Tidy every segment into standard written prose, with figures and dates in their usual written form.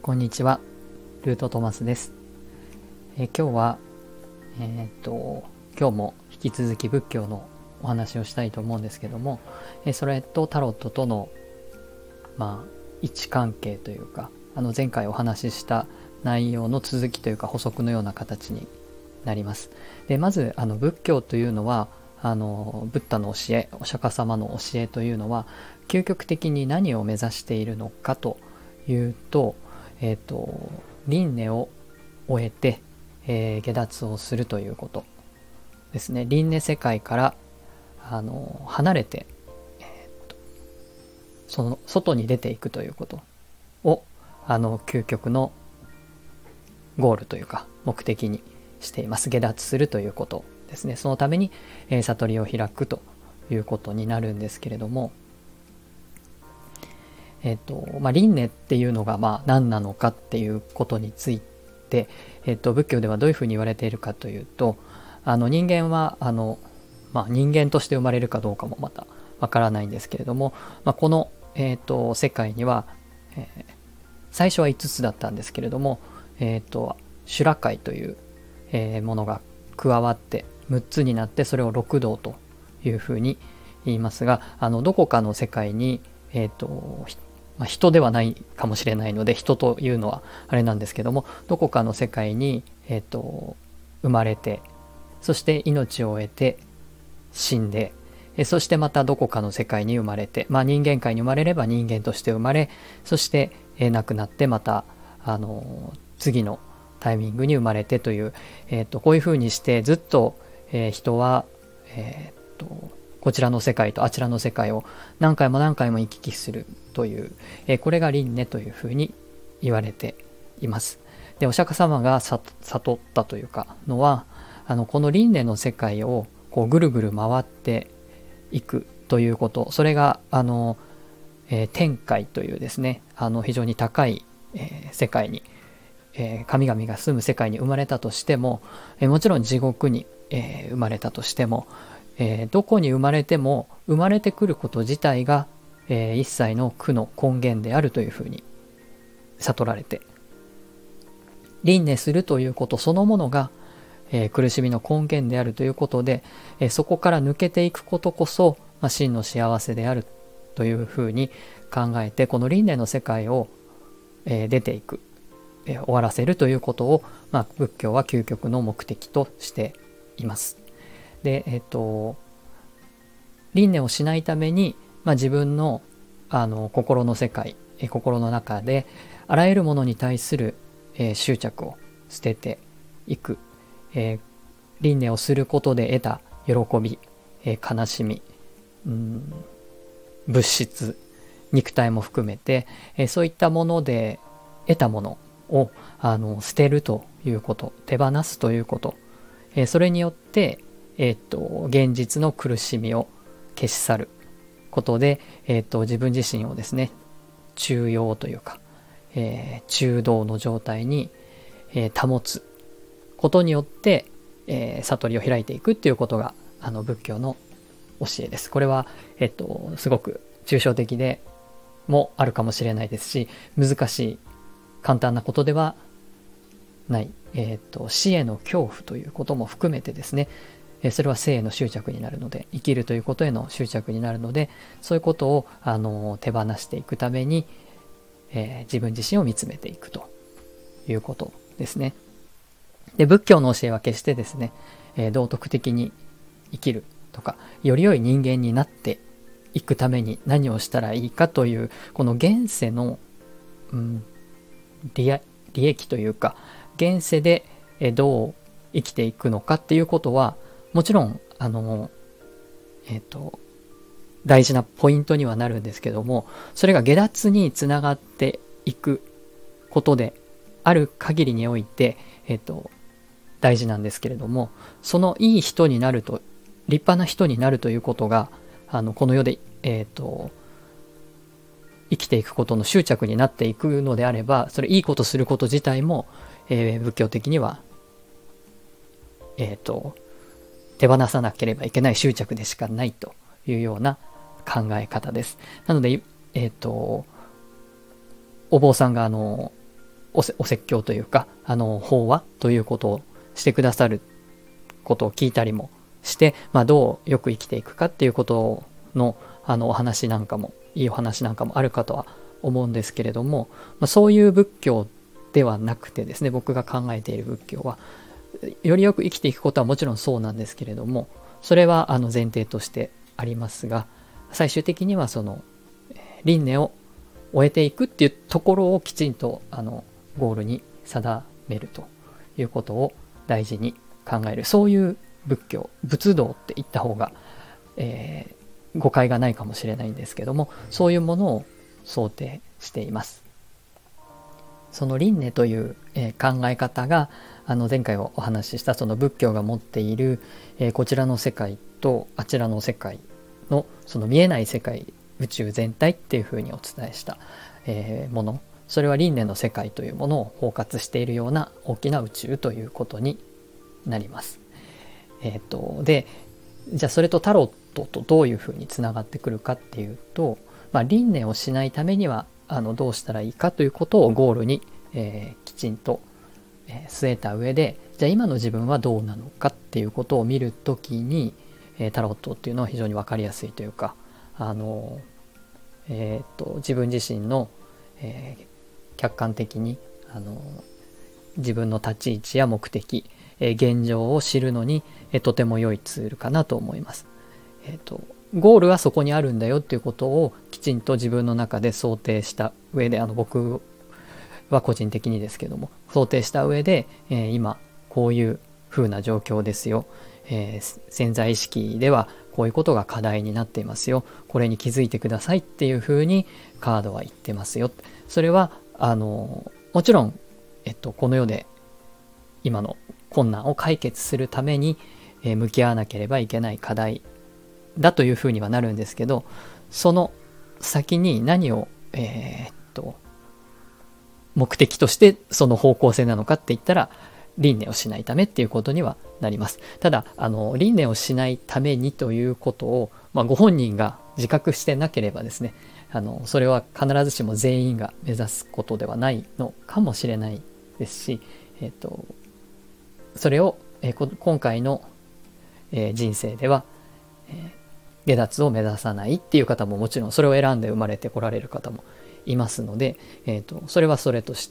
こんにちは、ルートトマスです。今日は、今日も引き続き仏教のお話をしたいと思うんですけども、それとタロットとの、位置関係というか、前回お話しした内容の続きというか補足のような形になります。で、まず仏教というのは、ブッダの教え、お釈迦様の教えというのは、究極的に何を目指しているのかというと、輪廻を終えて、下脱をするということですね。輪廻世界から離れて、その外に出ていくということを究極のゴールというか目的にしています。下脱するということですね。そのために、悟りを開くということになるんですけれども、輪廻っていうのが何なのかっていうことについて、仏教ではどういうふうに言われているかというと、人間は人間として生まれるかどうかもまたわからないんですけれども、この、世界には、最初は5つだったんですけれども、修羅界という、ものが加わって6つになって、それを六道というふうに言いますが、どこかの世界に、人ではないかもしれないので、人というのはあれなんですけども、どこかの世界に、生まれて、そして命を終えて死んで、そしてまたどこかの世界に生まれて、人間界に生まれれば人間として生まれ、そして、亡くなってまた次のタイミングに生まれてという、こういうふうにしてずっと、人は、こちらの世界とあちらの世界を何回も何回も行き来するという、これが輪廻というふうに言われています。で、お釈迦様が悟ったというかのは、この輪廻の世界をこうぐるぐる回っていくということ、それが天界というですね、非常に高い、世界に、神々が住む世界に生まれたとしても、もちろん地獄に、生まれたとしても、どこに生まれても生まれてくること自体が、一切の苦の根源であるというふうに悟られて、輪廻するということそのものが、苦しみの根源であるということで、そこから抜けていくことこそ、真の幸せであるというふうに考えて、この輪廻の世界を、出ていく、終わらせるということを、仏教は究極の目的としています。で、輪廻をしないために、自分の心の世界、心の中であらゆるものに対する、執着を捨てていく、輪廻をすることで得た喜び、悲しみ、物質、肉体も含めて、そういったもので得たものを捨てるということ、手放すということ、それによって、現実の苦しみを消し去ることで、自分自身をですね、中庸というか、中道の状態に、保つことによって、悟りを開いていくっていうことが仏教の教えです。これは、すごく抽象的でもあるかもしれないですし、難しい簡単なことではない、死への恐怖ということも含めてですね、それは生への執着になるので、生きるということへの執着になるので、そういうことを手放していくために、自分自身を見つめていくということですね。で、仏教の教えは決してですね、道徳的に生きるとか、より良い人間になっていくために何をしたらいいかという、この現世の、利益というか、現世でどう生きていくのかっていうことは、もちろん大事なポイントにはなるんですけども、それが下脱につながっていくことである限りにおいて、大事なんですけれども、そのいい人になると、立派な人になるということがこの世で、生きていくことの執着になっていくのであれば、それいいことすること自体も、仏教的には手放さなければいけない執着でしかないというような考え方です。なので、お坊さんがお説教というか、法話ということをしてくださることを聞いたりもして、どうよく生きていくかっていうことの、お話なんかも、いいお話なんかもあるかとは思うんですけれども、そういう仏教ではなくてですね、僕が考えている仏教は、よりよく生きていくことはもちろんそうなんですけれども、それは前提としてありますが、最終的にはその輪廻を終えていくっていうところをきちんとゴールに定めるということを大事に考える、そういう仏教、仏道って言った方が、誤解がないかもしれないんですけども、そういうものを想定しています。その輪廻という、考え方が前回お話ししたその仏教が持っている、こちらの世界とあちらの世界のその見えない世界、宇宙全体っていうふうにお伝えした、もの、それは輪廻の世界というものを包括しているような大きな宇宙ということになります。で、じゃあそれとタロットとどういうふうにつながってくるかっていうと、輪廻をしないためにはどうしたらいいかということをゴールに、きちんと、据えた上で、じゃあ今の自分はどうなのかっていうことを見るときに、タロットっていうのは非常に分かりやすいというか、自分自身の、客観的に自分の立ち位置や目的、現状を知るのに、とても良いツールかなと思います。ゴールはそこにあるんだよっていうことをきちんと自分の中で想定した上で、僕は個人的にですけども想定した上で、今こういう風な状況ですよ、潜在意識ではこういうことが課題になっていますよ、これに気づいてくださいっていう風にカードは言ってますよ。それはもちろん、この世で今の困難を解決するために、向き合わなければいけない課題だというふうにはなるんですけど、その先に何を、目的としてその方向性なのかって言ったら、輪廻をしないためっていうことにはなります。ただ輪廻をしないためにということを、ご本人が自覚してなければですね、それは必ずしも全員が目指すことではないのかもしれないですし、それを、今回の、人生では、下脱を目指さないっていう方ももちろんそれを選んで生まれてこられる方もいますので、それはそれとして、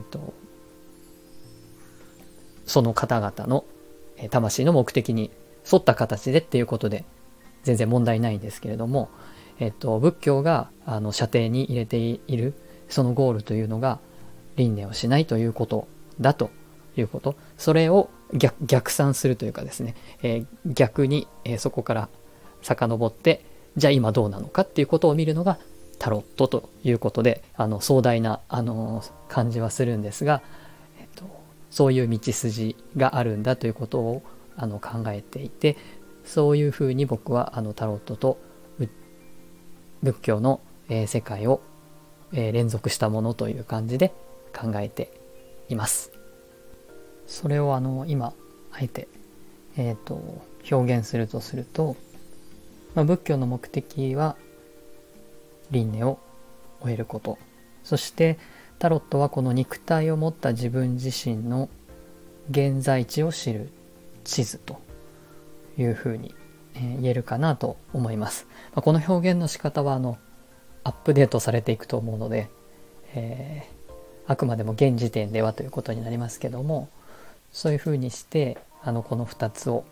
その方々の魂の目的に沿った形でっていうことで全然問題ないんですけれども、仏教が射程に入れているそのゴールというのが輪廻をしないということだということ、それを逆算するというかですね、逆に、そこから遡って、じゃあ今どうなのかっていうことを見るのがタロットということで、壮大な感じはするんですが、そういう道筋があるんだということを考えていて、そういうふうに僕はタロットと仏教の、世界を、連続したものという感じで考えています。それを今あえて、表現するとすると、仏教の目的は輪廻を終えること、そしてタロットはこの肉体を持った自分自身の現在地を知る地図というふうに言えるかなと思います。この表現の仕方はアップデートされていくと思うので、あくまでも現時点ではということになりますけども、そういうふうにしてこの2つを、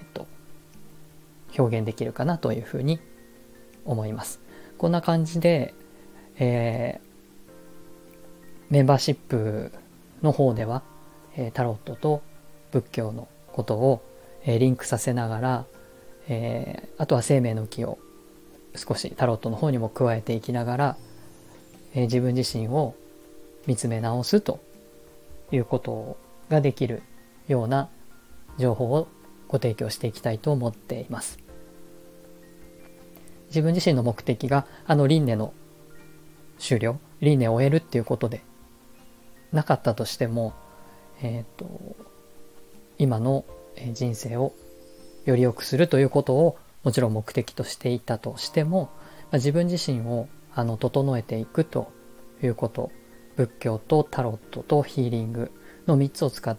表現できるかなというふうに思います。こんな感じで、メンバーシップの方では、タロットと仏教のことを、リンクさせながら、あとは生命の木を少しタロットの方にも加えていきながら、自分自身を見つめ直すということができるような情報をご提供していきたいと思っています。自分自身の目的が輪廻の終了、輪廻を終えるっていうことでなかったとしても、今の人生をより良くするということをもちろん目的としていたとしても、自分自身を整えていくということ、 仏教とタロットとヒーリングの3つを使って、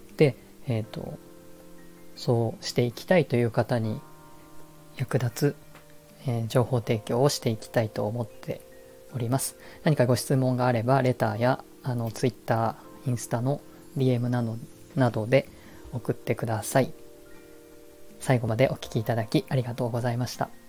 そうしていきたいという方に役立つ、情報提供をしていきたいと思っております。何かご質問があればレターやTwitter、インスタの DM などで送ってください。最後までお聞きいただきありがとうございました。